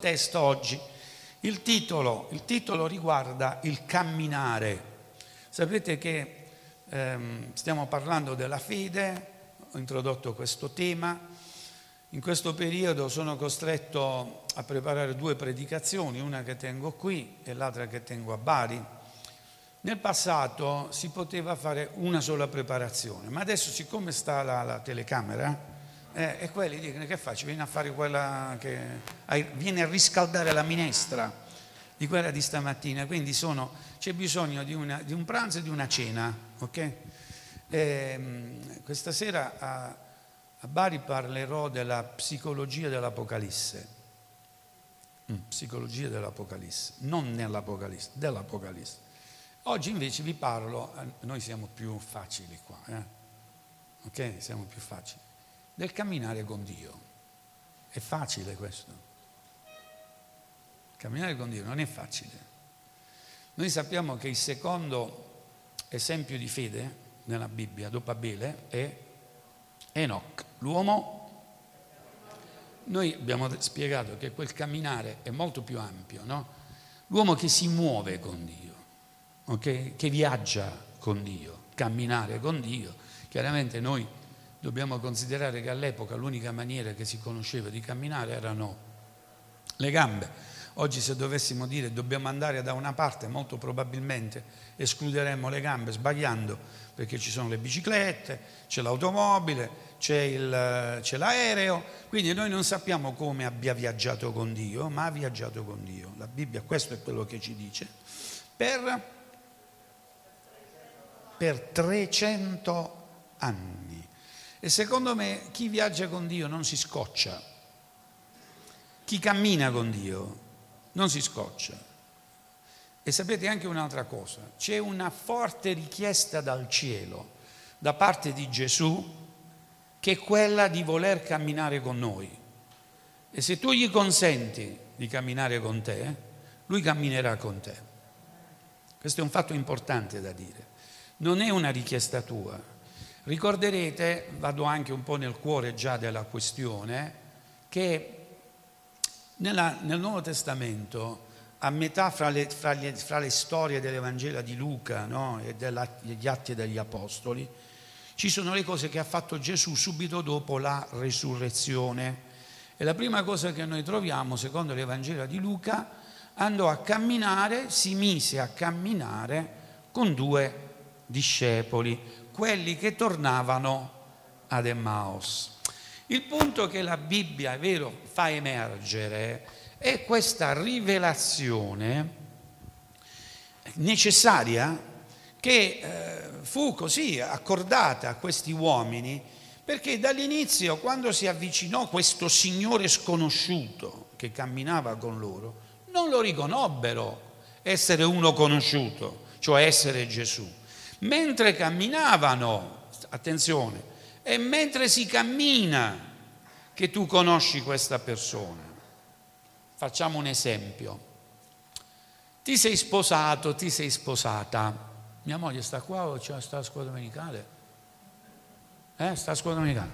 testo oggi. Il titolo riguarda il camminare. Sapete che stiamo parlando della fede, ho introdotto questo tema. In questo periodo sono costretto a preparare 2 predicazioni, una che tengo qui e l'altra che tengo a Bari. Nel passato si poteva fare una sola preparazione, ma adesso siccome sta la telecamera, e quelli dicono: che faccio? Vieni a fare quella vieni a riscaldare la minestra di quella di stamattina, quindi c'è bisogno di un pranzo e di una cena, ok? Questa sera a Bari parlerò della psicologia dell'Apocalisse. Psicologia dell'Apocalisse, non nell'Apocalisse, dell'Apocalisse. Oggi invece vi parlo, noi siamo più facili qua, ok? Siamo più facili, del camminare con Dio. È facile questo? Camminare con Dio non è facile. Noi sappiamo che il secondo esempio di fede nella Bibbia, dopo Abele, è Enoch, l'uomo. Noi abbiamo spiegato che quel camminare è molto più ampio, no? L'uomo che si muove con Dio, okay? Che viaggia con Dio, camminare con Dio. Chiaramente noi dobbiamo considerare che all'epoca l'unica maniera che si conosceva di camminare erano le gambe. Oggi se dovessimo dire dobbiamo andare da una parte, molto probabilmente escluderemmo le gambe sbagliando, perché ci sono le biciclette, c'è l'automobile, c'è l'aereo, quindi noi non sappiamo come abbia viaggiato con Dio, ma ha viaggiato con Dio. La Bibbia questo è quello che ci dice. Per 300 anni. E secondo me chi viaggia con Dio non si scoccia. Chi cammina con Dio non si scoccia. E sapete anche un'altra cosa, c'è una forte richiesta dal cielo, da parte di Gesù, che è quella di voler camminare con noi. E se tu gli consenti di camminare con te, lui camminerà con te. Questo è un fatto importante da dire. Non è una richiesta tua. Ricorderete, vado anche un po' nel cuore già della questione, che nel Nuovo Testamento, a metà fra le storie dell'Evangelo di Luca, no, e degli Atti degli Apostoli, ci sono le cose che ha fatto Gesù subito dopo la resurrezione. E la prima cosa che noi troviamo, secondo l'Evangelo di Luca, andò a camminare, si mise a camminare con 2 discepoli, quelli che tornavano ad Emmaus. Il punto che la Bibbia, è vero, fa emergere è questa rivelazione necessaria che fu così accordata a questi uomini, perché dall'inizio, quando si avvicinò questo Signore sconosciuto che camminava con loro, non lo riconobbero essere uno conosciuto, cioè essere Gesù. Mentre camminavano, attenzione, è mentre si cammina che tu conosci questa persona. Facciamo un esempio. Ti sei sposato, ti sei sposata. Mia moglie sta qua o sta a scuola domenicale? Sta a scuola domenicale.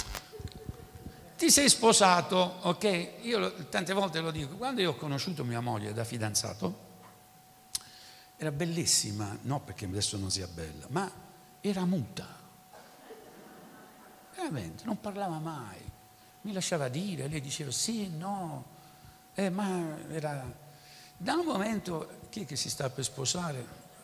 Ti sei sposato, ok? Io tante volte lo dico. Quando io ho conosciuto mia moglie da fidanzato, era bellissima, no perché adesso non sia bella, ma era muta. Veramente, non parlava mai. Mi lasciava dire, lei diceva sì, no, ma era... Da un momento, chi è che si sta per sposare?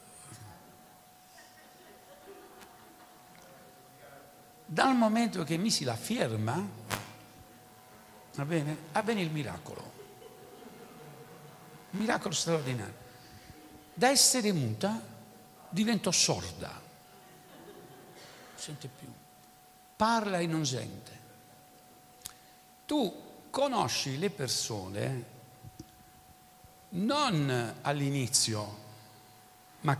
Dal momento che misi la firma, va bene, avvenne il miracolo straordinario. Da essere muta diventò sorda, non sente più, parla e non sente. Tu conosci le persone non all'inizio, ma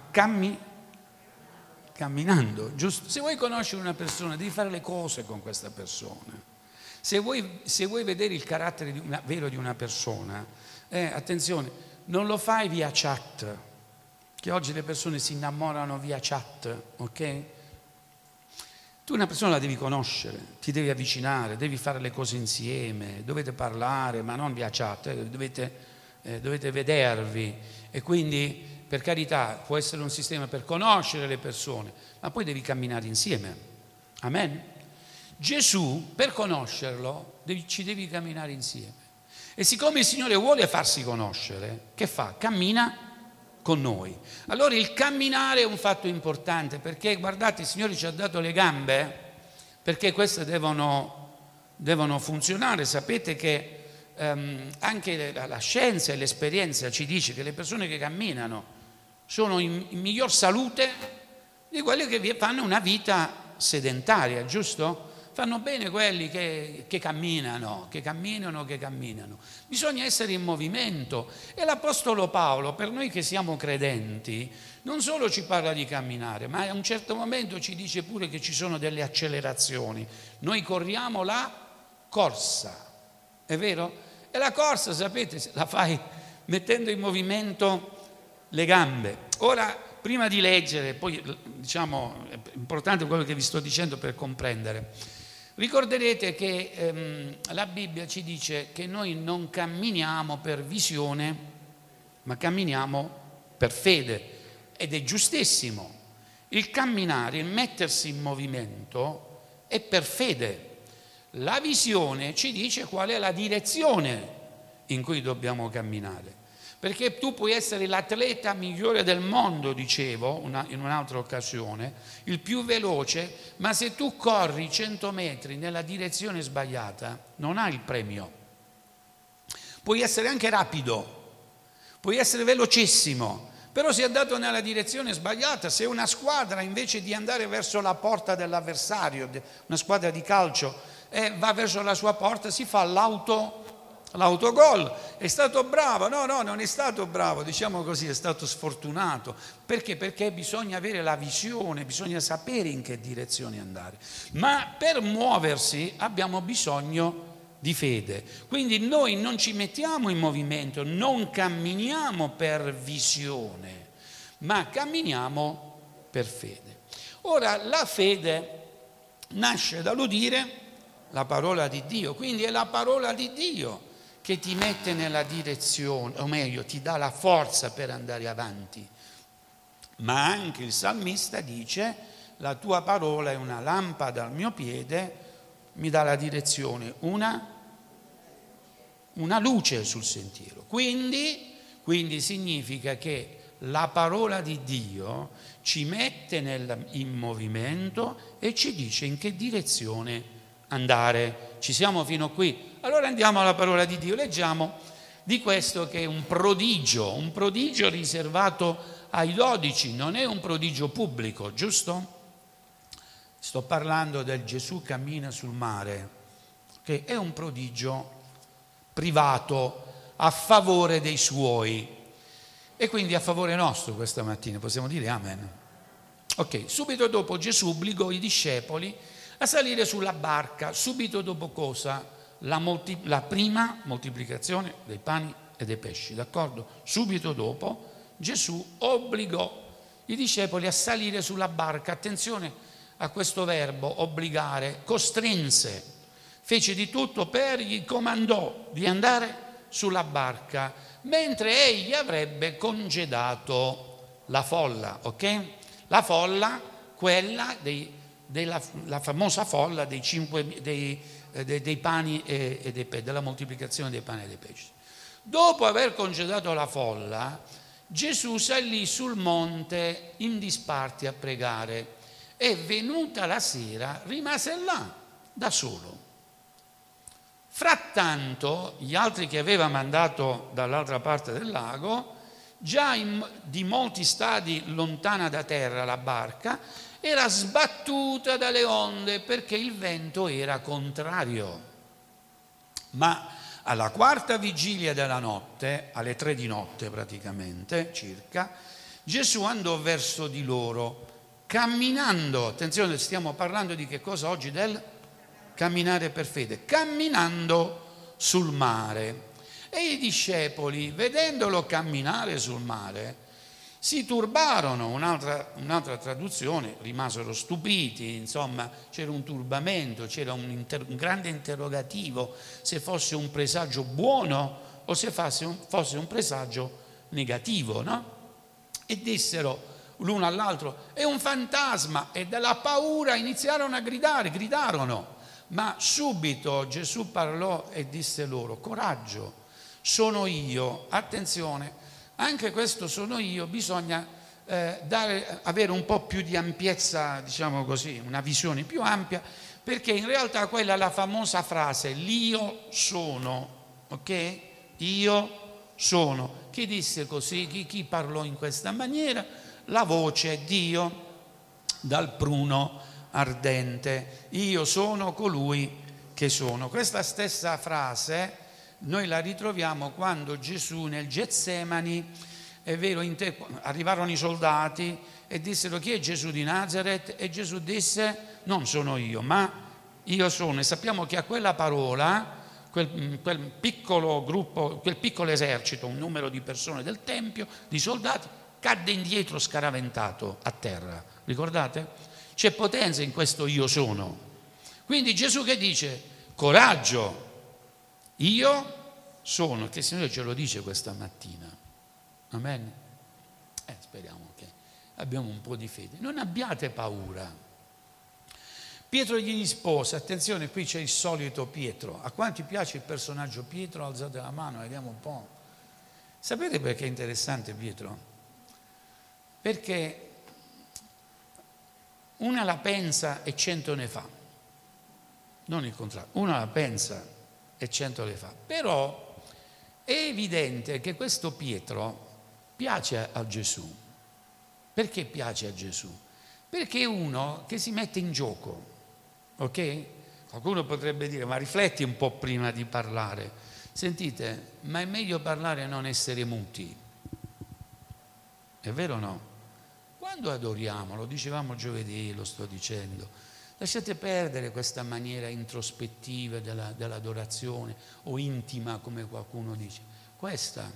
camminando, giusto? Se vuoi conoscere una persona, devi fare le cose con questa persona. Se vuoi vedere il carattere vero di una persona, attenzione, non lo fai via chat, che oggi le persone si innamorano via chat, ok? Tu una persona la devi conoscere, ti devi avvicinare, devi fare le cose insieme, dovete parlare, ma non via chat, dovete vedervi, e quindi per carità può essere un sistema per conoscere le persone, ma poi devi camminare insieme. Amen? Gesù, per conoscerlo, ci devi camminare insieme. E siccome il Signore vuole farsi conoscere, che fa? Cammina con noi. Allora il camminare è un fatto importante, perché guardate, il Signore ci ha dato le gambe perché queste devono funzionare. Sapete che anche la scienza e l'esperienza ci dice che le persone che camminano sono in miglior salute di quelle che fanno una vita sedentaria, giusto? Fanno bene quelli che camminano. Bisogna essere in movimento. E l'Apostolo Paolo, per noi che siamo credenti, non solo ci parla di camminare, ma a un certo momento ci dice pure che ci sono delle accelerazioni. Noi corriamo la corsa, è vero? E la corsa, sapete, la fai mettendo in movimento le gambe. Ora, prima di leggere, poi diciamo, è importante quello che vi sto dicendo per comprendere. Ricorderete che la Bibbia ci dice che noi non camminiamo per visione, ma camminiamo per fede, ed è giustissimo. Il camminare, il mettersi in movimento è per fede. La visione ci dice qual è la direzione in cui dobbiamo camminare. Perché tu puoi essere l'atleta migliore del mondo, dicevo in un'altra occasione, il più veloce, ma se tu corri 100 metri nella direzione sbagliata non hai il premio. Puoi essere anche rapido, puoi essere velocissimo, però se è andato nella direzione sbagliata, se una squadra invece di andare verso la porta dell'avversario, una squadra di calcio, va verso la sua porta, si fa l'autogol. È stato bravo? No, non è stato bravo, diciamo così, è stato sfortunato. Perché? Perché bisogna avere la visione, bisogna sapere in che direzione andare. Ma per muoversi abbiamo bisogno di fede. Quindi noi non ci mettiamo in movimento, non camminiamo per visione, ma camminiamo per fede. Ora, la fede nasce dall'udire la parola di Dio, quindi è la parola di Dio che ti mette nella direzione, o meglio, ti dà la forza per andare avanti. Ma anche il salmista dice: la tua parola è una lampada al mio piede, mi dà la direzione, una luce sul sentiero. Quindi significa che la parola di Dio ci mette in movimento e ci dice in che direzione andare. Ci siamo fino qui? Allora andiamo alla parola di Dio, leggiamo di questo che è un prodigio riservato ai 12, non è un prodigio pubblico, giusto? Sto parlando del Gesù cammina sul mare, che è un prodigio privato a favore dei suoi e quindi a favore nostro questa mattina, possiamo dire amen. Ok, subito dopo Gesù obbligò i discepoli a salire sulla barca. Subito dopo cosa? La prima moltiplicazione dei pani e dei pesci, d'accordo? Subito dopo Gesù obbligò i discepoli a salire sulla barca. Attenzione a questo verbo, obbligare, costrinse, fece di tutto gli comandò di andare sulla barca, mentre egli avrebbe congedato la folla, ok? La folla, quella la famosa folla dei pani e dei pesci, della moltiplicazione dei pani e dei pesci. Dopo aver congedato la folla, Gesù salì sul monte in disparte a pregare e venuta la sera rimase là da solo. Frattanto gli altri che aveva mandato dall'altra parte del lago, già di molti stadi lontana da terra la barca, era sbattuta dalle onde perché il vento era contrario. Ma alla quarta vigilia della notte, alle 3 di notte praticamente, circa, Gesù andò verso di loro, camminando. Attenzione, stiamo parlando di che cosa oggi? Del camminare per fede, camminando sul mare. E i discepoli, vedendolo camminare sul mare, Si turbarono, un'altra traduzione, rimasero stupiti, insomma c'era un turbamento, c'era un grande interrogativo se fosse un presagio buono o se fosse un presagio negativo, no? E dissero l'uno all'altro: è un fantasma, e dalla paura iniziarono a gridarono. Ma subito Gesù parlò e disse loro: coraggio, sono io. Attenzione, anche questo sono io bisogna avere un po' più di ampiezza, diciamo così, una visione più ampia, perché in realtà quella è la famosa frase l'io sono, ok? Io sono. Chi disse così? Chi parlò in questa maniera? La voce Dio dal pruno ardente. Io sono colui che sono. Questa stessa frase noi la ritroviamo quando Gesù nel Getsemani, è vero, arrivarono i soldati e dissero: chi è Gesù di Nazaret? E Gesù disse: non sono io, ma io sono. E sappiamo che a quella parola quel piccolo gruppo, quel piccolo esercito, un numero di persone del Tempio, di soldati, cadde indietro scaraventato a terra. Ricordate? C'è potenza in questo io sono. Quindi Gesù che dice? Coraggio, io sono, che il Signore ce lo dice questa mattina. Amen? Speriamo che abbiamo un po' di fede. Non abbiate paura. Pietro gli rispose, attenzione, qui c'è il solito Pietro. A quanti piace il personaggio Pietro? Alzate la mano, vediamo un po'. Sapete perché è interessante Pietro? Perché una la pensa e 100 ne fa. Non il contrario, una la pensa e 100 le fa. Però è evidente che questo Pietro piace a Gesù. Perché piace a Gesù? Perché è uno che si mette in gioco, ok? Qualcuno potrebbe dire: ma rifletti un po' prima di parlare. Sentite, ma è meglio parlare e non essere muti. È vero o no? Quando adoriamo, lo dicevamo giovedì, lo sto dicendo, lasciate perdere questa maniera introspettiva dell'adorazione o intima, come qualcuno dice. Questa,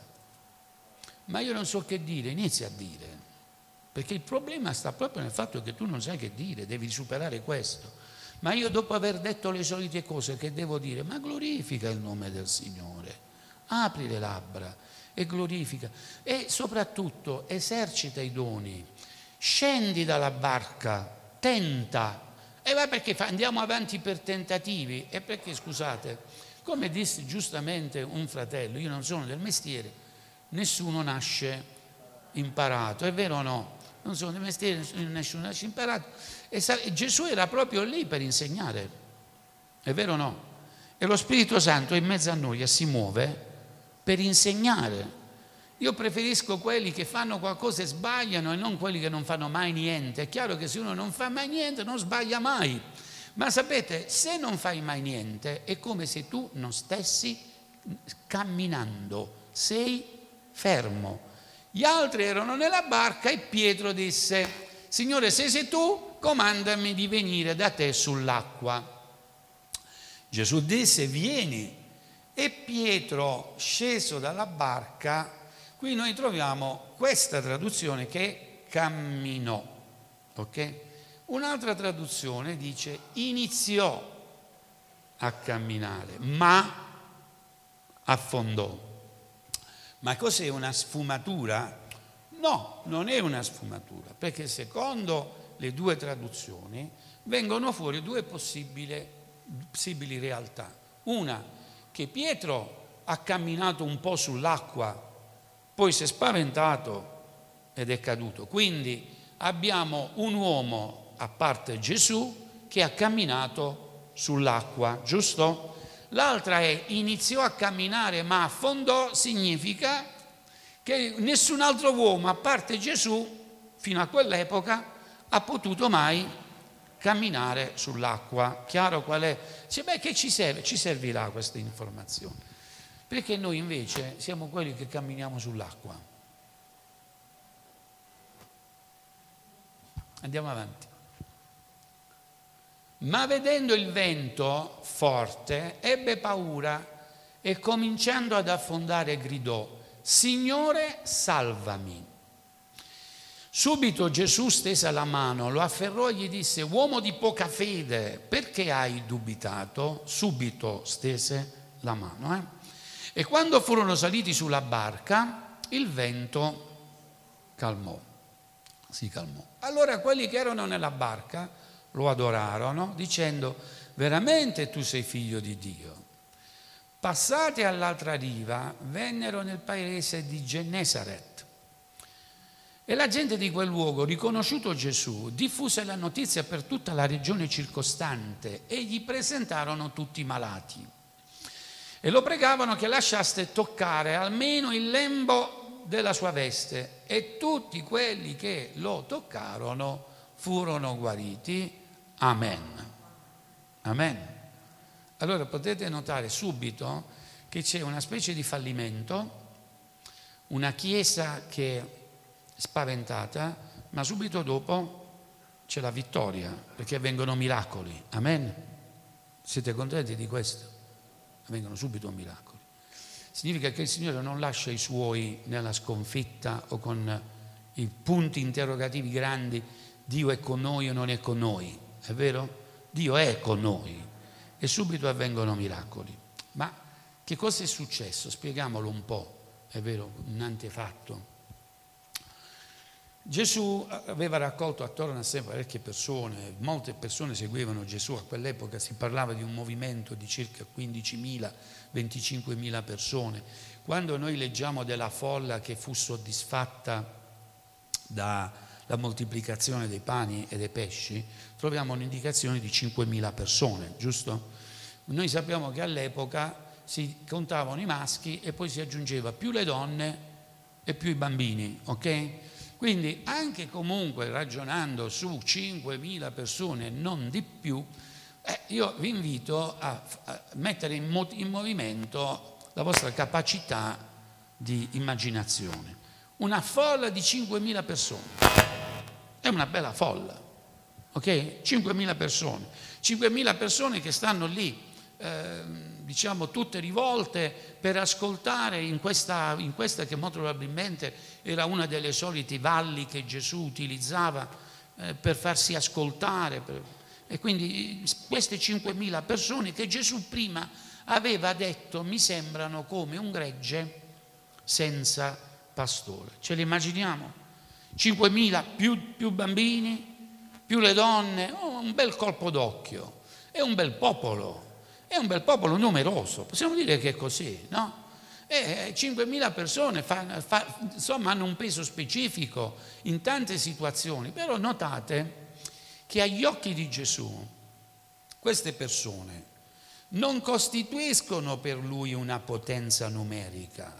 ma io non so che dire, inizia a dire, perché il problema sta proprio nel fatto che tu non sai che dire, devi superare questo. Ma io, dopo aver detto le solite cose, che devo dire? Ma glorifica il nome del Signore, apri le labbra e glorifica, e soprattutto esercita i doni, scendi dalla barca, tenta. E va, perché andiamo avanti per tentativi? E perché, scusate, come disse giustamente un fratello, io non sono del mestiere, nessuno nasce imparato, è vero o no? Non sono del mestiere, nessuno nasce imparato. E Gesù era proprio lì per insegnare, è vero o no? E lo Spirito Santo è in mezzo a noi e si muove per insegnare. Io preferisco quelli che fanno qualcosa e sbagliano e non quelli che non fanno mai niente. È chiaro che se uno non fa mai niente non sbaglia mai, ma sapete, se non fai mai niente è come se tu non stessi camminando, sei fermo. Gli altri erano nella barca e Pietro disse: Signore, se sei tu, comandami di venire da te sull'acqua. Gesù disse: vieni. E Pietro, sceso dalla barca, qui noi troviamo questa traduzione che camminò, ok? Un'altra traduzione dice iniziò a camminare, ma affondò. Ma cos'è una sfumatura? No, non è una sfumatura, perché secondo le due traduzioni vengono fuori due possibili realtà. Una, che Pietro ha camminato un po' sull'acqua, poi si è spaventato ed è caduto. Quindi abbiamo un uomo, a parte Gesù, che ha camminato sull'acqua, giusto? L'altra è iniziò a camminare ma affondò, significa che nessun altro uomo, a parte Gesù, fino a quell'epoca, ha potuto mai camminare sull'acqua. Chiaro qual è? Dice, beh, che ci serve? Ci servirà questa informazione. Perché noi invece siamo quelli che camminiamo sull'acqua. Andiamo avanti. Ma vedendo il vento forte, ebbe paura e cominciando ad affondare gridò: Signore, salvami. Subito Gesù stese la mano, lo afferrò e gli disse: uomo di poca fede, perché hai dubitato? Subito stese la mano. E quando furono saliti sulla barca, il vento si calmò. Allora quelli che erano nella barca lo adorarono, dicendo: veramente tu sei figlio di Dio. Passati all'altra riva, vennero nel paese di Gennesaret. E la gente di quel luogo, riconosciuto Gesù, diffuse la notizia per tutta la regione circostante e gli presentarono tutti i malati. E lo pregavano che lasciasse toccare almeno il lembo della sua veste, e tutti quelli che lo toccarono furono guariti. Amen. Amen. Allora potete notare subito che c'è una specie di fallimento, una chiesa che è spaventata, ma subito dopo c'è la vittoria, perché avvengono miracoli. Amen. Siete contenti di questo? Avvengono subito miracoli. Significa che il Signore non lascia i suoi nella sconfitta o con i punti interrogativi grandi: Dio è con noi o non è con noi. È vero? Dio è con noi e subito avvengono miracoli. Ma che cosa è successo? Spieghiamolo un po'. È vero, un antefatto. Gesù aveva raccolto attorno a sé parecchie persone, molte persone seguivano Gesù. A quell'epoca si parlava di un movimento di circa 15.000, 25.000 persone. Quando noi leggiamo della folla che fu soddisfatta dalla moltiplicazione dei pani e dei pesci, troviamo un'indicazione di 5.000 persone, giusto? Noi sappiamo che all'epoca si contavano i maschi e poi si aggiungeva più le donne e più i bambini, ok? Quindi anche comunque ragionando su 5.000 persone, non di più, io vi invito a mettere in movimento la vostra capacità di immaginazione. Una folla di 5.000 persone è una bella folla, ok? 5.000 persone, 5.000 persone che stanno lì, diciamo tutte rivolte per ascoltare in questa che molto probabilmente era una delle solite valli che Gesù utilizzava per farsi ascoltare. E quindi queste 5.000 persone che Gesù prima aveva detto: mi sembrano come un gregge senza pastore. Ce le immaginiamo? 5.000 più bambini, più le donne, un bel colpo d'occhio, è un bel popolo. È un bel popolo numeroso, possiamo dire che è così, no? E 5.000 persone insomma, hanno un peso specifico in tante situazioni, però notate che agli occhi di Gesù queste persone non costituiscono per lui una potenza numerica.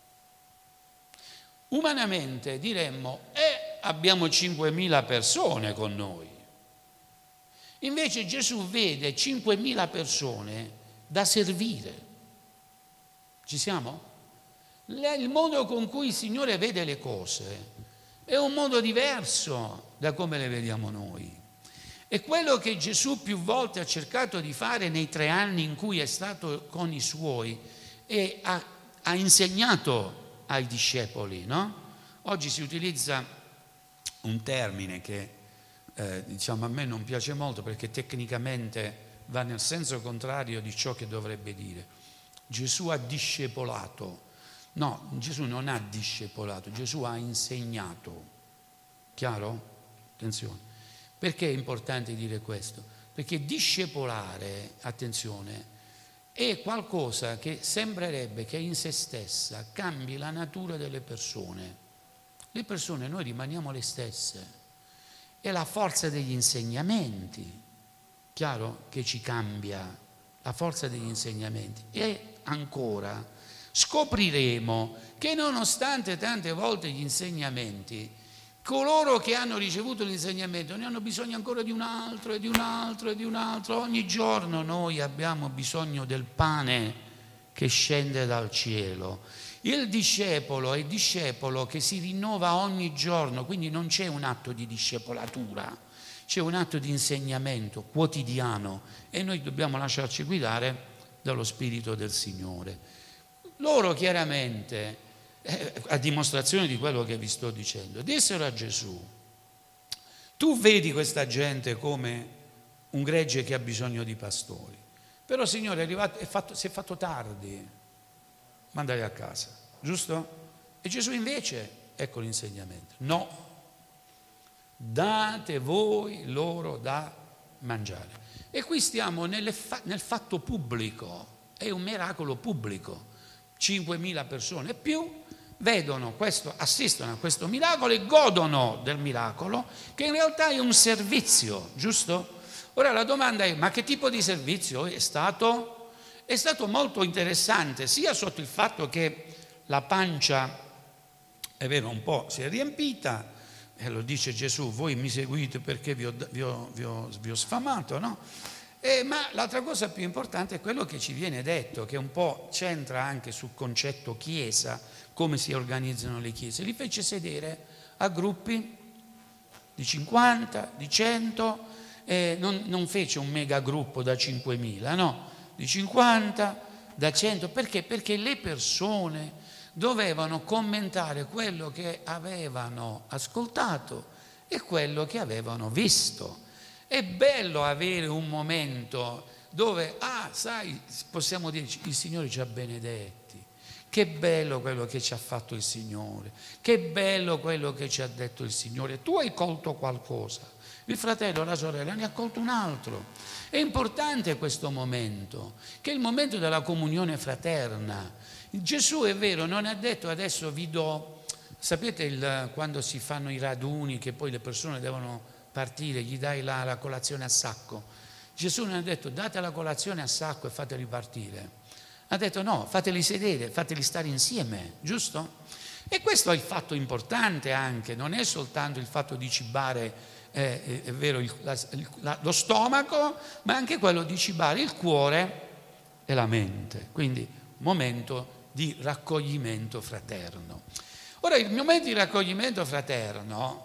Umanamente diremmo: abbiamo 5.000 persone con noi. Invece Gesù vede 5.000 persone da servire. Ci siamo? Il modo con cui il Signore vede le cose è un modo diverso da come le vediamo noi. E quello che Gesù più volte ha cercato di fare nei 3 anni in cui è stato con i suoi e ha insegnato ai discepoli, no? Oggi si utilizza un termine che diciamo a me non piace molto, perché tecnicamente va nel senso contrario di ciò che dovrebbe dire. Gesù ha discepolato. No, Gesù non ha discepolato, Gesù ha insegnato. Chiaro? Attenzione. Perché è importante dire questo? Perché discepolare, attenzione, è qualcosa che sembrerebbe che in se stessa cambi la natura delle persone. Le persone, noi rimaniamo le stesse. È la forza degli insegnamenti, chiaro, che ci cambia, la forza degli insegnamenti. E ancora scopriremo che nonostante tante volte gli insegnamenti, coloro che hanno ricevuto l'insegnamento ne hanno bisogno ancora di un altro e di un altro e di un altro. Ogni giorno noi abbiamo bisogno del pane che scende dal cielo. Il discepolo è discepolo che si rinnova ogni giorno, quindi non c'è un atto di discepolatura, c'è un atto di insegnamento quotidiano e noi dobbiamo lasciarci guidare dallo Spirito del Signore. Loro chiaramente a dimostrazione di quello che vi sto dicendo. Dissero a Gesù: tu vedi questa gente come un gregge che ha bisogno di pastori, però Signore si è fatto tardi, mandali a casa, giusto? E Gesù invece, ecco l'insegnamento: no, date voi loro da mangiare. E qui stiamo nel fatto pubblico, è un miracolo pubblico. 5.000 persone e più vedono questo, assistono a questo miracolo e godono del miracolo, che in realtà è un servizio, giusto? Ora la domanda è: ma che tipo di servizio è stato? È stato molto interessante, sia sotto il fatto che la pancia, è vero, un po' si è riempita, e lo dice Gesù: voi mi seguite perché vi ho sfamato, no? Ma l'altra cosa più importante è quello che ci viene detto, che un po' c'entra anche sul concetto chiesa, come si organizzano le chiese. Li fece sedere a gruppi di 50, di 100, non fece un mega gruppo da 5.000, no, di 50, da 100, perché? Perché le persone dovevano commentare quello che avevano ascoltato e quello che avevano visto. È bello avere un momento dove, sai, possiamo dire: il Signore ci ha benedetti, che bello quello che ci ha fatto il Signore, che bello quello che ci ha detto il Signore. Tu hai colto qualcosa, il fratello o la sorella ne ha colto un altro. È importante questo momento, che è il momento della comunione fraterna. Gesù, è vero, non ha detto: adesso vi do, sapete quando si fanno i raduni che poi le persone devono partire, gli dai la colazione a sacco. Gesù non ha detto: date la colazione a sacco e fateli partire. Ha detto: no, fateli sedere, fateli stare insieme, giusto? E questo è il fatto importante anche, non è soltanto il fatto di cibare, è vero, lo stomaco, ma anche quello di cibare il cuore e la mente. Quindi momento di raccoglimento fraterno. Ora, il momento di raccoglimento fraterno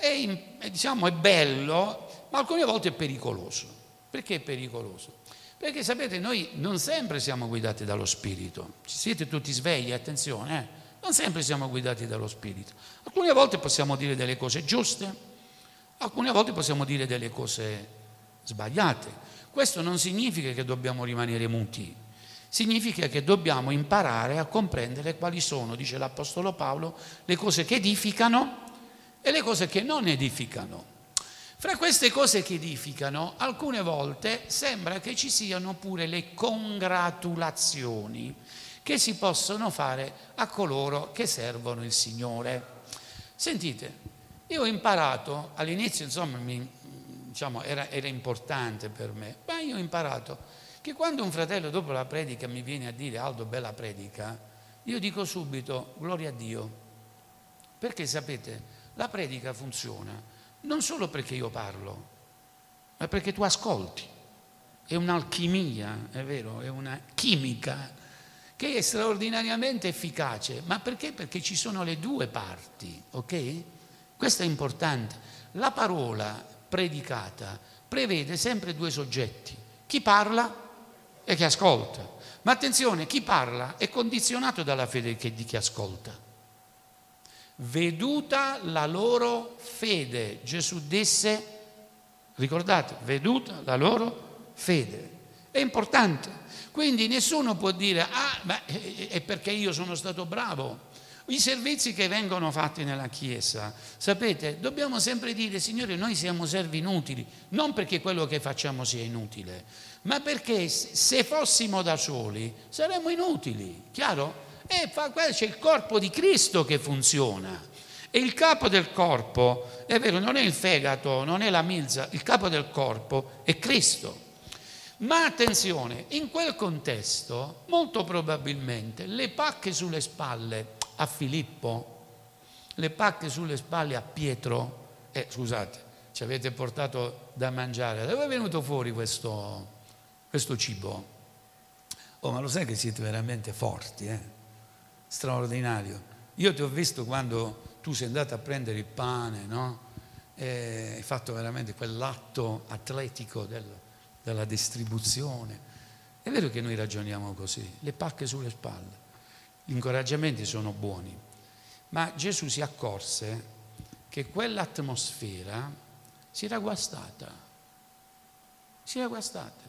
è bello, ma alcune volte è pericoloso. Perché è pericoloso? Perché sapete, noi non sempre siamo guidati dallo Spirito. Siete tutti svegli, attenzione, non sempre siamo guidati dallo Spirito. Alcune volte possiamo dire delle cose giuste, alcune volte possiamo dire delle cose sbagliate. Questo non significa che dobbiamo rimanere muti, significa che dobbiamo imparare a comprendere quali sono, dice l'Apostolo Paolo, le cose che edificano e le cose che non edificano. Fra queste cose che edificano, alcune volte sembra che ci siano pure le congratulazioni che si possono fare a coloro che servono il Signore. Sentite, io ho imparato, all'inizio insomma era importante per me, ma io ho imparato che quando un fratello dopo la predica mi viene a dire: Aldo, bella predica, io dico subito: gloria a Dio. Perché sapete, la predica funziona non solo perché io parlo, ma perché tu ascolti. È un'alchimia, è vero, è una chimica che è straordinariamente efficace. Ma perché? Perché ci sono le due parti, ok? Questo è importante. La parola predicata prevede sempre due soggetti: chi parla e chi ascolta. Ma attenzione, chi parla è condizionato dalla fede di chi ascolta. Veduta la loro fede, Gesù disse, ricordate, veduta la loro fede. È importante. Quindi nessuno può dire: ma è perché io sono stato bravo. I servizi che vengono fatti nella Chiesa, sapete, dobbiamo sempre dire: Signore, noi siamo servi inutili, non perché quello che facciamo sia inutile, ma perché se fossimo da soli saremmo inutili, chiaro? C'è il corpo di Cristo che funziona, e il capo del corpo, è vero, non è il fegato, non è la milza, il capo del corpo è Cristo. Ma attenzione, in quel contesto molto probabilmente le pacche sulle spalle a Filippo, le pacche sulle spalle a Pietro, scusate, ci avete portato da mangiare, da dove è venuto fuori questo cibo? Oh, ma lo sai che siete veramente forti, straordinario. Io ti ho visto quando tu sei andato a prendere il pane, no? Hai fatto veramente quell'atto atletico della distribuzione. È vero che noi ragioniamo così, le pacche sulle spalle. Gli incoraggiamenti sono buoni, Ma Gesù si accorse che quell'atmosfera si era guastata. Si era guastata.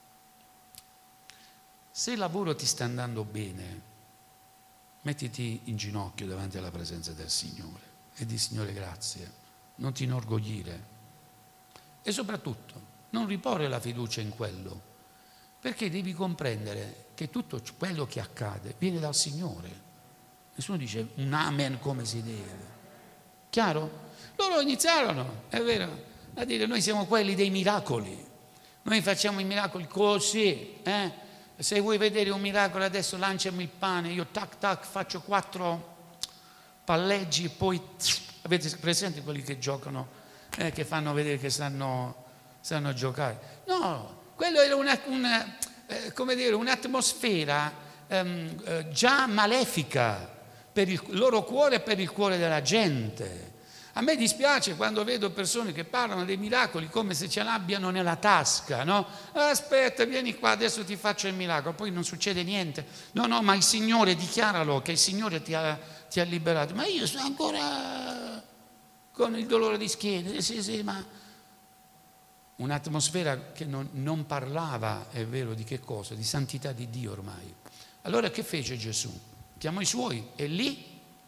Se il lavoro ti sta andando bene, mettiti in ginocchio davanti alla presenza del Signore e di Signore grazie, non ti inorgoglire e soprattutto non riporre la fiducia in quello, perché devi comprendere che tutto quello che accade viene dal Signore. Nessuno dice un amen come si deve. Chiaro? Loro iniziarono, è vero, a dire noi siamo quelli dei miracoli, noi facciamo i miracoli così, Se vuoi vedere un miracolo adesso lanciami il pane, io tac tac faccio 4 palleggi e poi avete presente quelli che giocano, che fanno vedere che sanno giocare? No, quello era un'atmosfera già malefica per il loro cuore e per il cuore della gente. A me dispiace quando vedo persone che parlano dei miracoli come se ce l'abbiano nella tasca, no? Aspetta, vieni qua, adesso ti faccio il miracolo, poi non succede niente. No, ma il Signore, dichiaralo che il Signore ti ha liberato. Ma io sono ancora con il dolore di schiena, sì, ma un'atmosfera che non parlava, è vero, di che cosa? Di santità di Dio ormai. Allora che fece Gesù? Chiamò i suoi e lì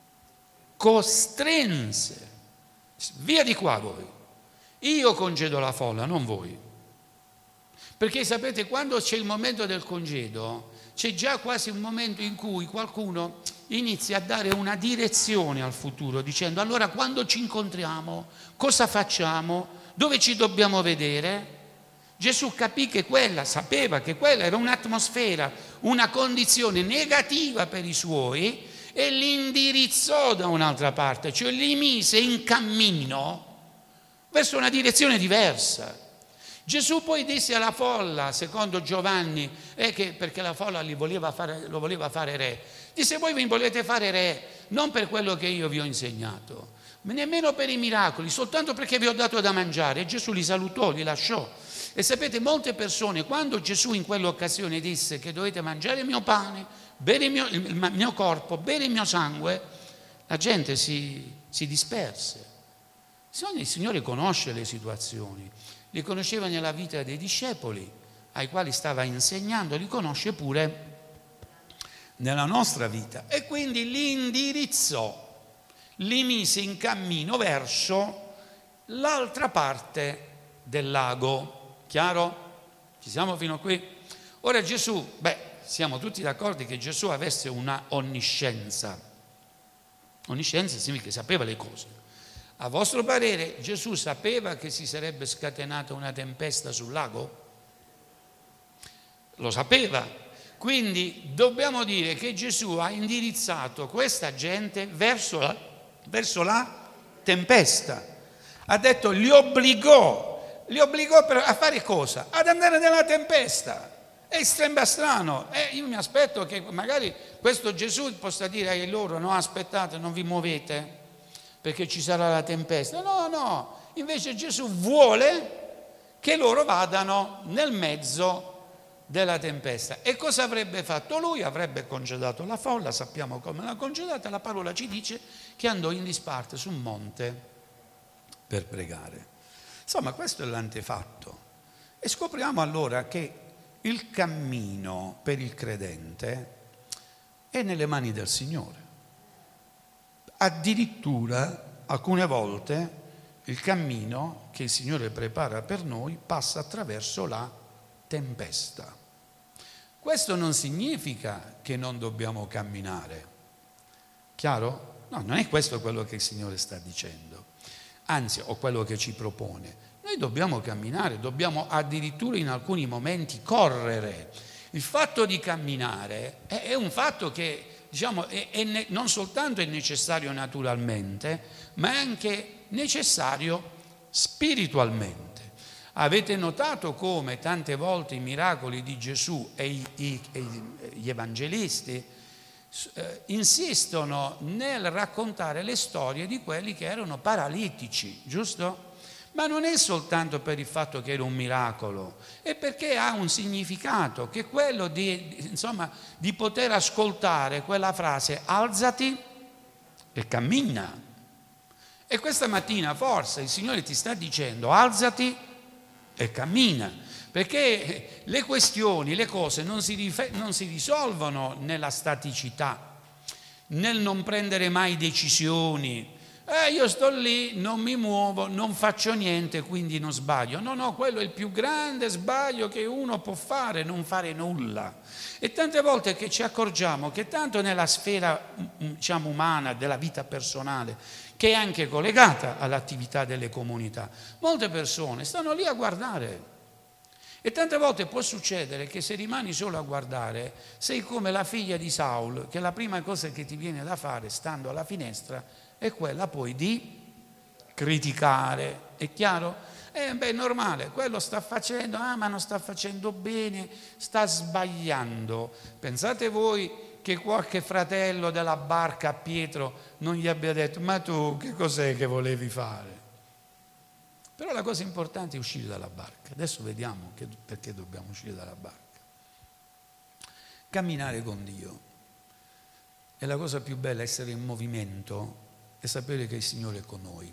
costrinse. Via di qua voi, io congedo la folla, non voi, perché sapete quando c'è il momento del congedo c'è già quasi un momento in cui qualcuno inizia a dare una direzione al futuro dicendo allora quando ci incontriamo, cosa facciamo, dove ci dobbiamo vedere. Gesù capì che sapeva che quella era un'atmosfera, una condizione negativa per i suoi e li indirizzò da un'altra parte, cioè li mise in cammino verso una direzione diversa. Gesù poi disse alla folla, secondo Giovanni, perché la folla lo voleva fare re, disse voi mi volete fare re non per quello che io vi ho insegnato, nemmeno per i miracoli, soltanto perché vi ho dato da mangiare. E Gesù li salutò, li lasciò. E sapete, molte persone, quando Gesù in quell'occasione disse che dovete mangiare il mio pane, bere il mio corpo, bere il mio sangue, la gente si disperse. Il Signore conosce le situazioni, li conosceva nella vita dei discepoli ai quali stava insegnando, li conosce pure nella nostra vita e quindi li indirizzò, li mise in cammino verso l'altra parte del lago. Chiaro? Ci siamo fino a qui? Ora Gesù, siamo tutti d'accordo che Gesù avesse una onniscienza. Onniscienza significa che sapeva le cose. A vostro parere Gesù sapeva che si sarebbe scatenata una tempesta sul lago? Lo sapeva. Quindi dobbiamo dire che Gesù ha indirizzato questa gente verso la tempesta. Ha detto, li obbligò a fare cosa? Ad andare nella tempesta. E sembra strano, io mi aspetto che magari questo Gesù possa dire ai loro no, aspettate, non vi muovete perché ci sarà la tempesta. No, invece Gesù vuole che loro vadano nel mezzo della tempesta. E cosa avrebbe fatto lui? Avrebbe congedato la folla, sappiamo come l'ha congedata, la parola ci dice che andò in disparte su un monte per pregare. Insomma, questo è l'antefatto. E scopriamo allora che il cammino per il credente è nelle mani del Signore. Addirittura, alcune volte, il cammino che il Signore prepara per noi passa attraverso la tempesta. Questo non significa che non dobbiamo camminare. Chiaro? No, non è questo quello che il Signore sta dicendo. Anzi, o quello che ci propone. Noi dobbiamo camminare, dobbiamo addirittura in alcuni momenti correre. Il fatto di camminare è un fatto che, diciamo, non soltanto è necessario naturalmente, ma è anche necessario spiritualmente. Avete notato come tante volte i miracoli di Gesù e gli evangelisti insistono nel raccontare le storie di quelli che erano paralitici, giusto? Ma non è soltanto per il fatto che era un miracolo, è perché ha un significato, che è quello di poter ascoltare quella frase, alzati e cammina. E questa mattina forse il Signore ti sta dicendo: alzati e cammina, perché le questioni, le cose non si risolvono nella staticità, nel non prendere mai decisioni. Io sto lì, non mi muovo, non faccio niente, quindi non sbaglio. No, quello è il più grande sbaglio che uno può fare, non fare nulla. E tante volte che ci accorgiamo che tanto nella sfera, diciamo, umana, della vita personale, che è anche collegata all'attività delle comunità, molte persone stanno lì a guardare. E tante volte può succedere che se rimani solo a guardare, sei come la figlia di Saul, che la prima cosa che ti viene da fare, stando alla finestra, è quella poi di criticare. È chiaro? È normale, quello sta facendo, ma non sta facendo bene, sta sbagliando. Pensate voi che qualche fratello della barca a Pietro non gli abbia detto: ma tu che cos'è che volevi fare? Però la cosa importante è uscire dalla barca. Adesso vediamo perché dobbiamo uscire dalla barca. Camminare con Dio è la cosa più bella, essere in movimento e sapere che il Signore è con noi.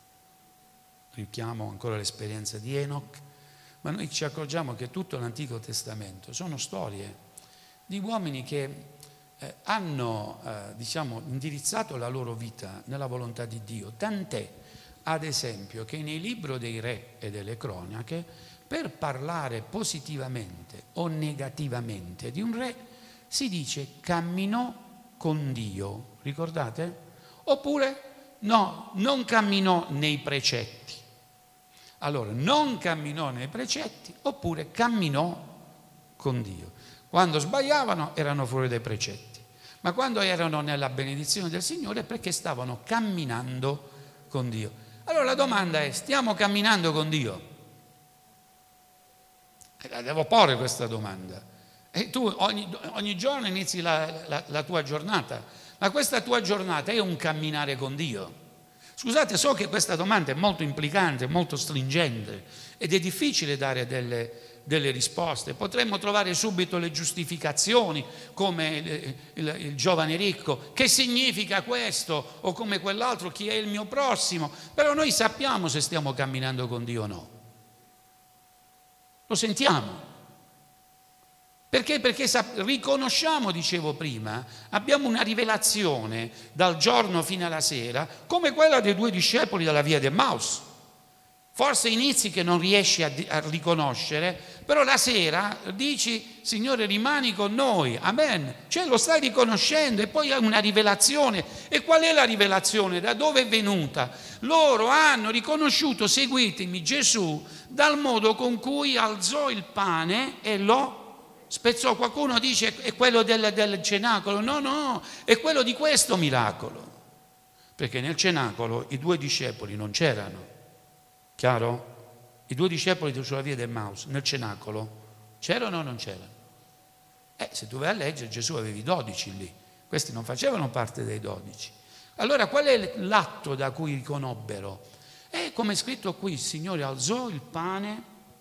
Richiamo ancora l'esperienza di Enoch, ma noi ci accorgiamo che tutto l'Antico Testamento sono storie di uomini che hanno indirizzato la loro vita nella volontà di Dio, tant'è ad esempio che nel libro dei re e delle cronache, per parlare positivamente o negativamente di un re, si dice camminò con Dio, ricordate? Oppure no, non camminò nei precetti. Allora, non camminò nei precetti oppure camminò con Dio. Quando sbagliavano erano fuori dai precetti, ma quando erano nella benedizione del Signore è perché stavano camminando con Dio. Allora la domanda è: stiamo camminando con Dio? La devo porre questa domanda. E tu ogni giorno inizi la tua giornata, ma questa tua giornata è un camminare con Dio? Scusate, so che questa domanda è molto implicante, molto stringente ed è difficile dare delle risposte. Potremmo trovare subito le giustificazioni, come il giovane ricco: che significa questo? O come quell'altro: chi è il mio prossimo? Però noi sappiamo se stiamo camminando con Dio o no. Lo sentiamo. Perché? Perché riconosciamo, dicevo prima, abbiamo una rivelazione dal giorno fino alla sera, come quella dei 2 discepoli della via di Emmaus. Forse inizi che non riesci a riconoscere, però la sera dici: Signore, rimani con noi, amen. Cioè lo stai riconoscendo e poi hai una rivelazione. E qual è la rivelazione? Da dove è venuta? Loro hanno riconosciuto, seguitemi, Gesù dal modo con cui alzò il pane e lo spezzò. Qualcuno dice è quello del cenacolo. No, è quello di questo miracolo, perché nel cenacolo i 2 discepoli non c'erano. Chiaro? I 2 discepoli sulla via di Emmaus nel cenacolo c'erano o non c'erano? Se tu vai a leggere, Gesù aveva i 12 lì, questi non facevano parte dei 12. Allora qual è l'atto da cui riconobbero? Come è scritto qui, il Signore alzò il pane,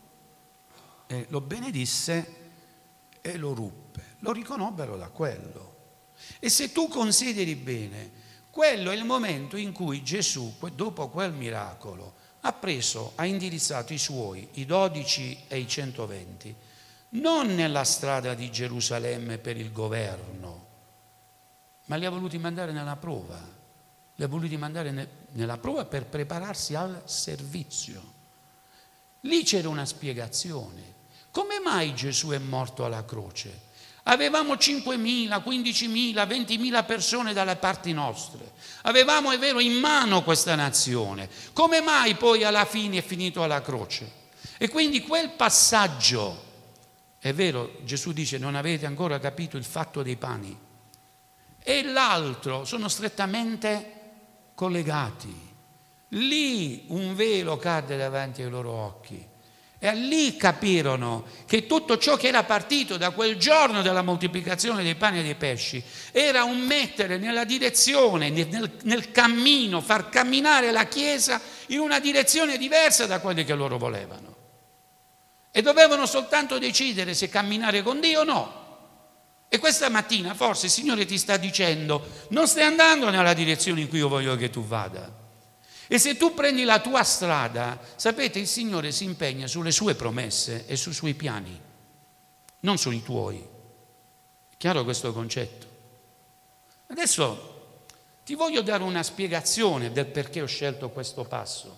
lo benedisse e lo ruppe. Lo riconobbero da quello. E se tu consideri bene, quello è il momento in cui Gesù, dopo quel miracolo, ha indirizzato i suoi, i 12 e i 120, non nella strada di Gerusalemme per il governo, ma li ha voluti mandare nella prova. Li ha voluti mandare nella prova per prepararsi al servizio. Lì c'era una spiegazione. Come mai Gesù è morto alla croce? Avevamo 5.000, 15.000, 20.000 persone dalle parti nostre. Avevamo, è vero, in mano questa nazione. Come mai poi alla fine è finito alla croce? E quindi quel passaggio, è vero, Gesù dice: non avete ancora capito il fatto dei pani, e l'altro sono strettamente collegati. Lì un velo cadde davanti ai loro occhi. E lì capirono che tutto ciò che era partito da quel giorno della moltiplicazione dei pani e dei pesci era un mettere nella direzione, nel cammino, far camminare la Chiesa in una direzione diversa da quelle che loro volevano. E dovevano soltanto decidere se camminare con Dio o no. E questa mattina forse il Signore ti sta dicendo: non stai andando nella direzione in cui io voglio che tu vada. E se tu prendi la tua strada, sapete, il Signore si impegna sulle sue promesse e sui suoi piani, non sui tuoi. È chiaro questo concetto? Adesso ti voglio dare una spiegazione del perché ho scelto questo passo.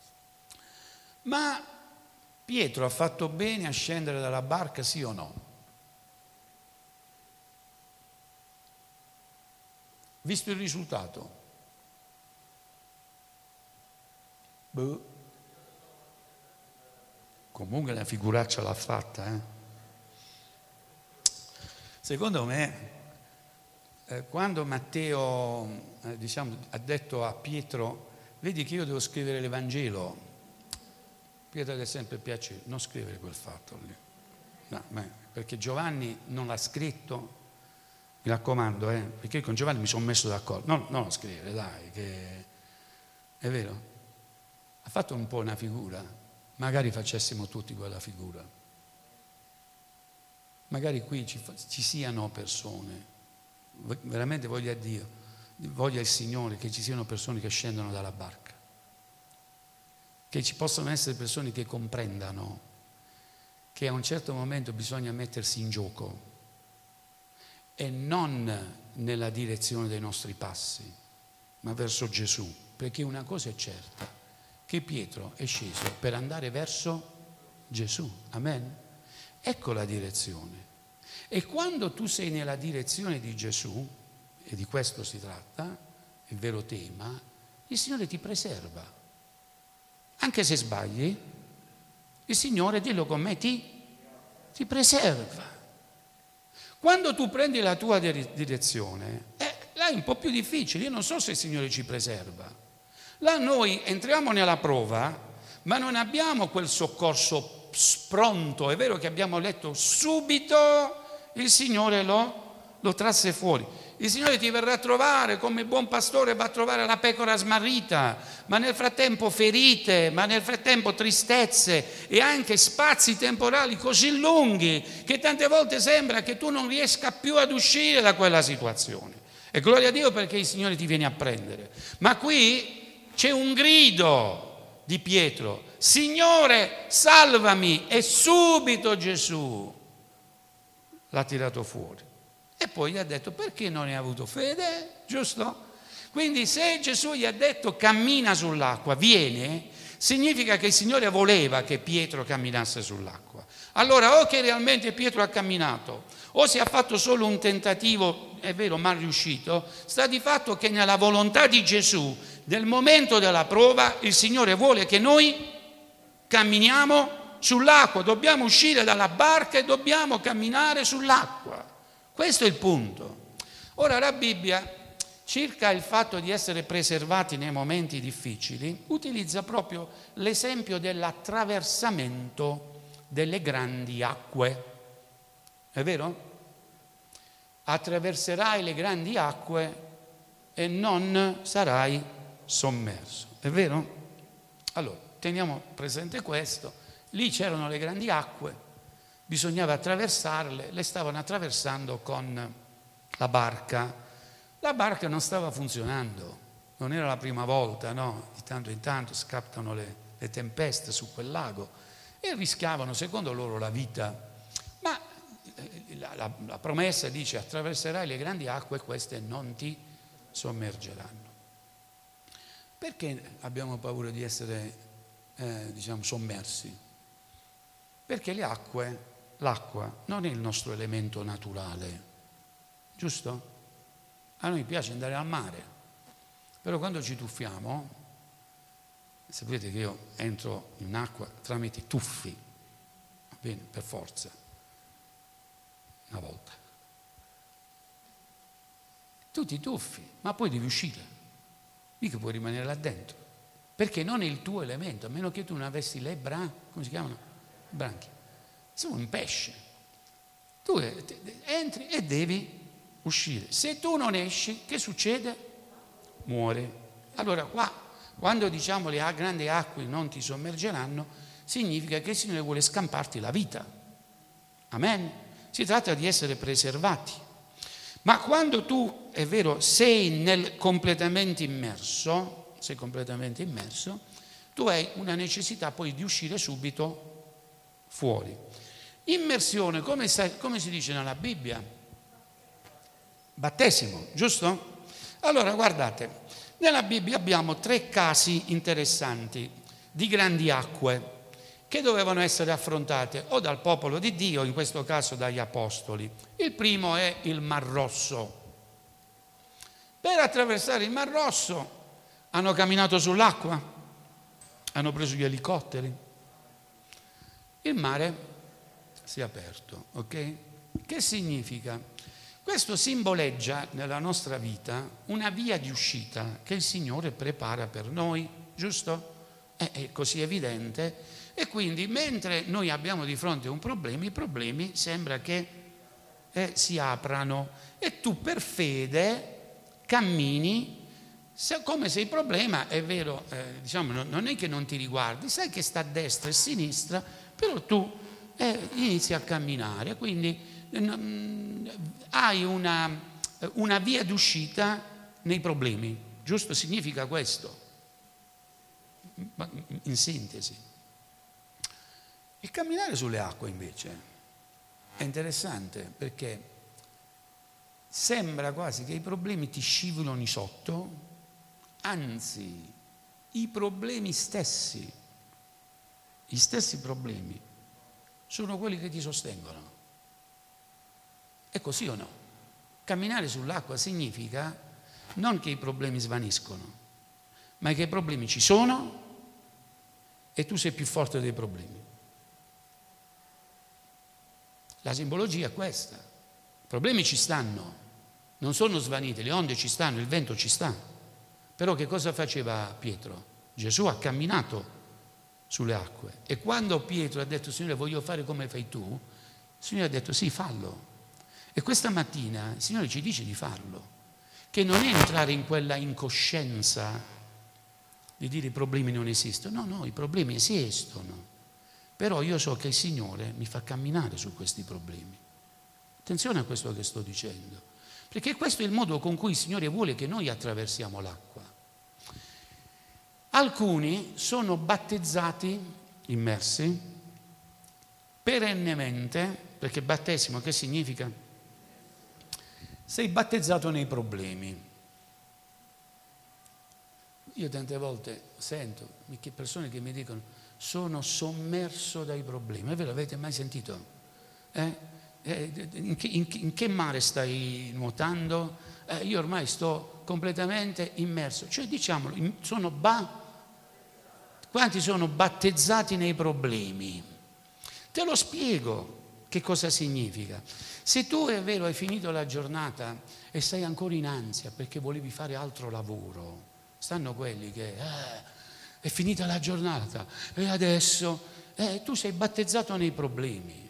Ma Pietro ha fatto bene a scendere dalla barca, sì o no? Visto il risultato? Boh. Comunque una figuraccia l'ha fatta, Secondo me, quando Matteo ha detto a Pietro: vedi che io devo scrivere l'Evangelo, Pietro ha sempre piace non scrivere quel fatto lì, no, perché Giovanni non l'ha scritto, mi raccomando, perché con Giovanni mi sono messo d'accordo, non lo scrivere, dai, che è vero. Ha fatto un po' una figura, magari facessimo tutti quella figura. Magari qui ci siano persone, veramente voglia Dio, voglia il Signore che ci siano persone che scendono dalla barca, che ci possano essere persone che comprendano che a un certo momento bisogna mettersi in gioco e non nella direzione dei nostri passi, ma verso Gesù, perché una cosa è certa, che Pietro è sceso per andare verso Gesù, amen? Ecco la direzione. E quando tu sei nella direzione di Gesù, e di questo si tratta, il vero tema, il Signore ti preserva. Anche se sbagli, il Signore, dillo con me, ti preserva. Quando tu prendi la tua direzione, là è un po' più difficile, io non so se il Signore ci preserva. Là noi entriamo nella prova, ma non abbiamo quel soccorso pronto. È vero che abbiamo letto subito il Signore lo trasse fuori. Il Signore ti verrà a trovare come buon pastore, va a trovare la pecora smarrita, ma nel frattempo ferite, ma nel frattempo tristezze e anche spazi temporali così lunghi che tante volte sembra che tu non riesca più ad uscire da quella situazione. E gloria a Dio perché il Signore ti viene a prendere. Ma qui c'è un grido di Pietro: Signore, salvami! E subito Gesù l'ha tirato fuori. E poi gli ha detto: perché non hai avuto fede? Giusto? Quindi se Gesù gli ha detto cammina sull'acqua, viene, significa che il Signore voleva che Pietro camminasse sull'acqua. Allora o che realmente Pietro ha camminato, o si è fatto solo un tentativo, è vero, mal riuscito, sta di fatto che nella volontà di Gesù, nel momento della prova, il Signore vuole che noi camminiamo sull'acqua, dobbiamo uscire dalla barca e dobbiamo camminare sull'acqua. Questo è il punto. Ora la Bibbia, circa il fatto di essere preservati nei momenti difficili, utilizza proprio l'esempio dell'attraversamento delle grandi acque. È vero? Attraverserai le grandi acque e non sarai sommerso. È vero? Allora, teniamo presente questo. Lì c'erano le grandi acque, bisognava attraversarle, le stavano attraversando con la barca. La barca non stava funzionando, non era la prima volta, no? Di tanto in tanto scattano le tempeste su quel lago e rischiavano, secondo loro, la vita. Ma la promessa dice: attraverserai le grandi acque e queste non ti sommergeranno. Perché abbiamo paura di essere, sommersi? Perché l'acqua non è il nostro elemento naturale, giusto? A noi piace andare al mare, però quando ci tuffiamo, sapete che io entro in acqua tramite tuffi, va bene, per forza, una volta. Tu ti tuffi, ma poi devi uscire, mica puoi rimanere là dentro, perché non è il tuo elemento, a meno che tu non avessi le come si chiamano? Branchie. Sei un pesce. Tu entri e devi uscire. Se tu non esci, che succede? Muori. Allora qua, quando diciamo le grandi acque non ti sommergeranno, significa che il Signore vuole scamparti la vita. Amen? Si tratta di essere preservati. Ma quando tu, è vero, sei completamente immerso, tu hai una necessità poi di uscire subito fuori. Immersione, come si dice nella Bibbia? Battesimo, giusto? Allora, guardate, nella Bibbia abbiamo 3 casi interessanti di grandi acque che dovevano essere affrontate o dal popolo di Dio, in questo caso dagli apostoli. Il primo è il Mar Rosso. Per attraversare il Mar Rosso hanno camminato sull'acqua, hanno preso gli elicotteri. Il mare si è aperto, ok? Che significa? Questo simboleggia nella nostra vita una via di uscita che il Signore prepara per noi, giusto? È così evidente. E quindi mentre noi abbiamo di fronte un problema, i problemi sembra che si aprano e tu per fede cammini come se il problema, è vero, diciamo, non è che non ti riguardi, sai che sta a destra e a sinistra, però tu inizi a camminare, quindi hai una via d'uscita nei problemi, giusto? Significa questo, in sintesi. Il camminare sulle acque invece è interessante perché sembra quasi che i problemi ti scivolino sotto, anzi i problemi stessi, gli stessi problemi sono quelli che ti sostengono. È così o no? Camminare sull'acqua significa non che i problemi svaniscono, ma che i problemi ci sono e tu sei più forte dei problemi. La simbologia è questa. I problemi ci stanno, non sono svaniti, le onde ci stanno, il vento ci sta. Però che cosa faceva Pietro? Gesù ha camminato sulle acque e quando Pietro ha detto Signore voglio fare come fai tu, il Signore ha detto sì, fallo. E questa mattina il Signore ci dice di farlo, che non è entrare in quella incoscienza di dire i problemi non esistono. No, i problemi esistono. Però io so che il Signore mi fa camminare su questi problemi. Attenzione a questo che sto dicendo, perché questo è il modo con cui il Signore vuole che noi attraversiamo l'acqua. Alcuni sono battezzati, immersi, perennemente, perché battesimo che significa? Sei battezzato nei problemi. Io tante volte sento persone che mi dicono sono sommerso dai problemi. È vero, avete mai sentito? In che mare stai nuotando? Io ormai sto completamente immerso. Cioè diciamolo, quanti sono battezzati nei problemi? Te lo spiego che cosa significa. Se tu, è vero, hai finito la giornata e sei ancora in ansia perché volevi fare altro lavoro, stanno quelli che è finita la giornata e adesso tu sei battezzato nei problemi.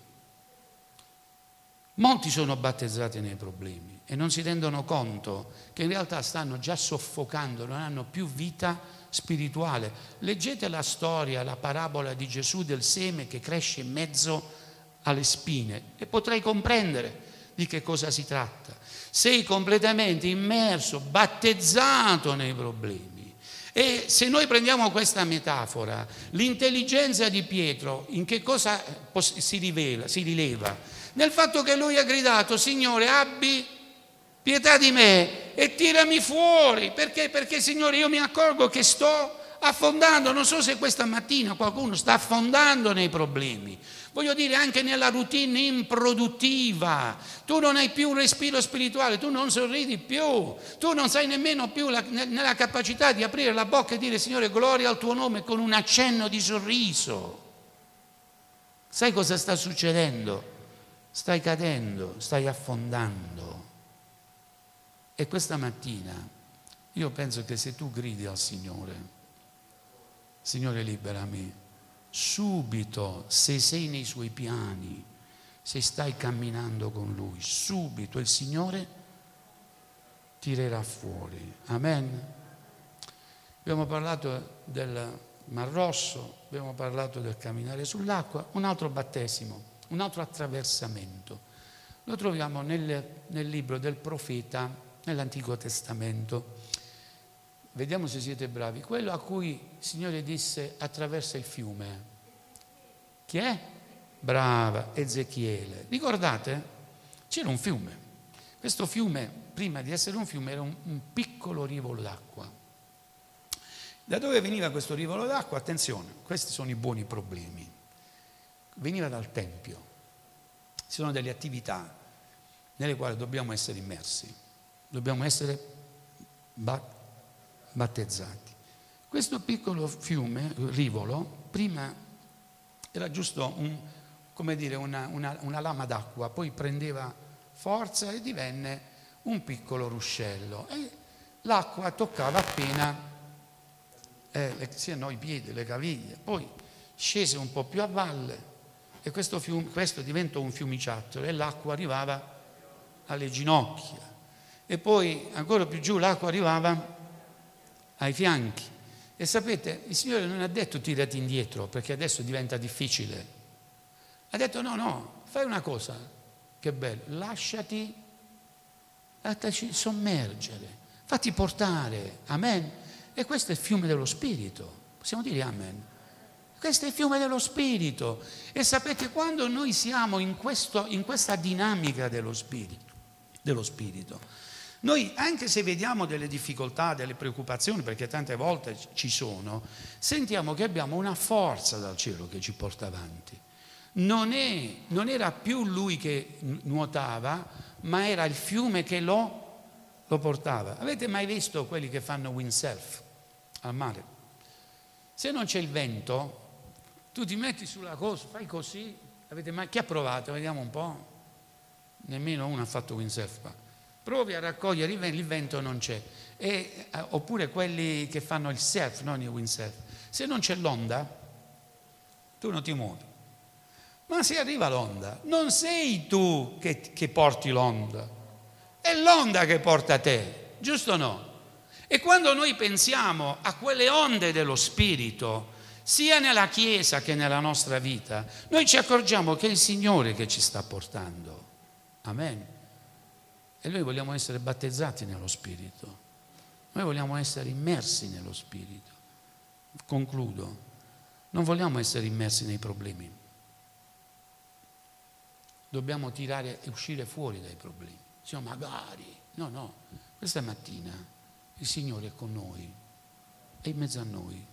Molti sono battezzati nei problemi e non si rendono conto che in realtà stanno già soffocando, non hanno più vita spirituale. Leggete la storia, la parabola di Gesù del seme che cresce in mezzo alle spine e potrai comprendere di che cosa si tratta. Sei completamente immerso, battezzato nei problemi. E se noi prendiamo questa metafora, l'intelligenza di Pietro in che cosa si rileva? Nel fatto che lui ha gridato: Signore, abbi pietà di me e tirami fuori. Perché? Perché Signore, io mi accorgo che sto affondando. Non so se questa mattina qualcuno sta affondando nei problemi. Voglio dire, anche nella routine improduttiva, tu non hai più un respiro spirituale, tu non sorridi più, tu non sai nemmeno più nella capacità di aprire la bocca e dire Signore, gloria al tuo nome con un accenno di sorriso. Sai cosa sta succedendo? Stai cadendo, stai affondando. E questa mattina io penso che se tu gridi al Signore, Signore liberami, subito, se sei nei suoi piani, se stai camminando con Lui, subito il Signore tirerà fuori. Amen. Abbiamo parlato del Mar Rosso, abbiamo parlato del camminare sull'acqua, un altro battesimo, un altro attraversamento. lo troviamo nel libro del profeta, nell'Antico Testamento. Vediamo se siete bravi. Quello a cui il Signore disse: attraversa il fiume. Chi è? Brava, Ezechiele. Ricordate? C'era un fiume. Questo fiume, prima di essere un fiume, era un piccolo rivolo d'acqua. Da dove veniva questo rivolo d'acqua? Attenzione, questi sono i buoni problemi. Veniva dal Tempio. Ci sono delle attività nelle quali dobbiamo essere immersi, dobbiamo essere battezzati. Questo piccolo fiume, rivolo, prima era giusto una lama d'acqua, poi prendeva forza e divenne un piccolo ruscello e l'acqua toccava appena i piedi, le caviglie, poi scese un po' più a valle e questo diventò un fiumiciattolo e l'acqua arrivava alle ginocchia e poi ancora più giù l'acqua arrivava ai fianchi. E sapete, il Signore non ha detto tirati indietro perché adesso diventa difficile, ha detto no, fai una cosa, che bello, lasciati sommergere, fatti portare, amen. E questo è il fiume dello Spirito, possiamo dire amen. Questo è il fiume dello Spirito. E sapete, quando noi siamo in questa dinamica dello Spirito, noi, anche se vediamo delle difficoltà, delle preoccupazioni, perché tante volte ci sono, sentiamo che abbiamo una forza dal cielo che ci porta avanti. Non era più lui che nuotava, ma era il fiume che lo portava. Avete mai visto quelli che fanno windsurf al mare? Se non c'è il vento, tu ti metti sulla cosa, fai così. Chi ha provato? Vediamo un po'. Nemmeno uno ha fatto windsurf qua. Provi a raccogliere il vento, non c'è. Oppure quelli che fanno il surf, non il windsurf. Se non c'è l'onda, tu non ti muovi. Ma se arriva l'onda, non sei tu che porti l'onda, è l'onda che porta te, giusto o no? E quando noi pensiamo a quelle onde dello Spirito, sia nella Chiesa che nella nostra vita, noi ci accorgiamo che è il Signore che ci sta portando. Amen. E noi vogliamo essere battezzati nello Spirito, noi vogliamo essere immersi nello Spirito. Concludo, non vogliamo essere immersi nei problemi, dobbiamo tirare e uscire fuori dai problemi. Diciamo, magari, no, questa mattina il Signore è con noi, è in mezzo a noi.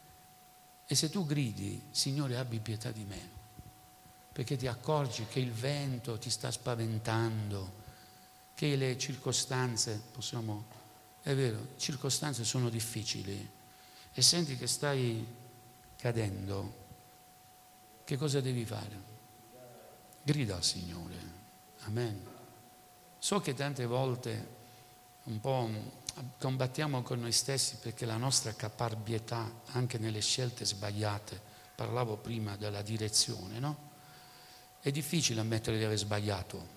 E se tu gridi, Signore, abbi pietà di me, perché ti accorgi che il vento ti sta spaventando, che le circostanze, è vero, circostanze sono difficili e senti che stai cadendo, che cosa devi fare? Grida al Signore, amen. So che tante volte un po' combattiamo con noi stessi perché la nostra caparbietà, anche nelle scelte sbagliate, parlavo prima della direzione, no? È difficile ammettere di aver sbagliato.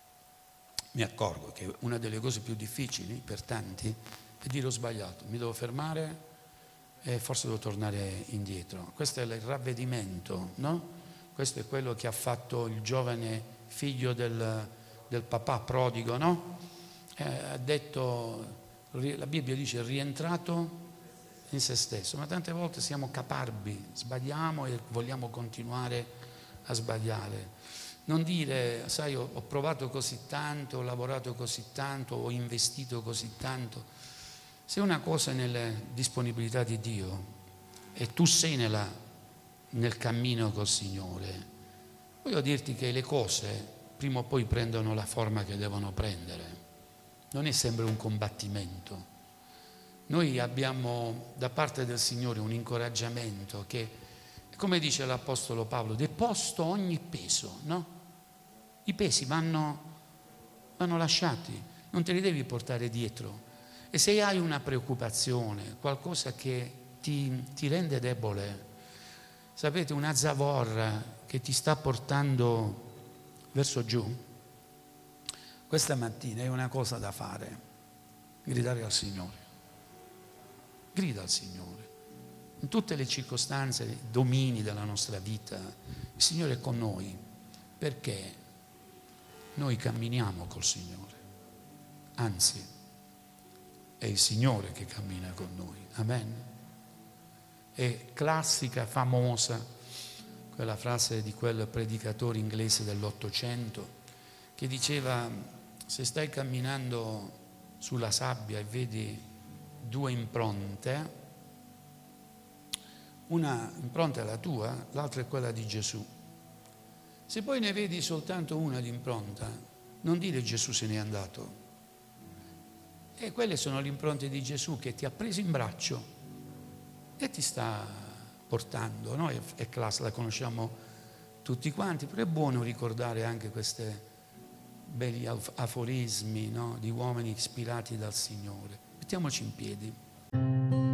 Mi accorgo che una delle cose più difficili per tanti è dire ho sbagliato, mi devo fermare e forse devo tornare indietro. Questo è il ravvedimento, no? Questo è quello che ha fatto il giovane figlio del papà prodigo, no? Ha detto, la Bibbia dice, è rientrato in se stesso, ma tante volte siamo caparbi, sbagliamo e vogliamo continuare a sbagliare. Non dire, sai, ho provato così tanto, ho lavorato così tanto, ho investito così tanto. Se una cosa è nella disponibilità di Dio e tu sei nel cammino col Signore, voglio dirti che le cose prima o poi prendono la forma che devono prendere. Non è sempre un combattimento. Noi abbiamo da parte del Signore un incoraggiamento che, come dice l'Apostolo Paolo, deposto ogni peso, no? I pesi vanno lasciati, non te li devi portare dietro. E se hai una preoccupazione, qualcosa che ti rende debole, sapete, una zavorra che ti sta portando verso giù, questa mattina è una cosa da fare, gridare al Signore. Grida al Signore. In tutte le circostanze, i domini della nostra vita, il Signore è con noi. Perché? noi camminiamo col Signore, anzi è il Signore che cammina con noi, amen. È classica, famosa, quella frase di quel predicatore inglese dell'Ottocento che diceva: se stai camminando sulla sabbia e vedi due impronte, una impronta è la tua, l'altra è quella di Gesù. Se poi ne vedi soltanto una di impronta, non dire Gesù se n'è andato. E quelle sono le impronte di Gesù che ti ha preso in braccio e ti sta portando. Noi è classe, la conosciamo tutti quanti, però è buono ricordare anche questi belli aforismi, no? Di uomini ispirati dal Signore. Mettiamoci in piedi.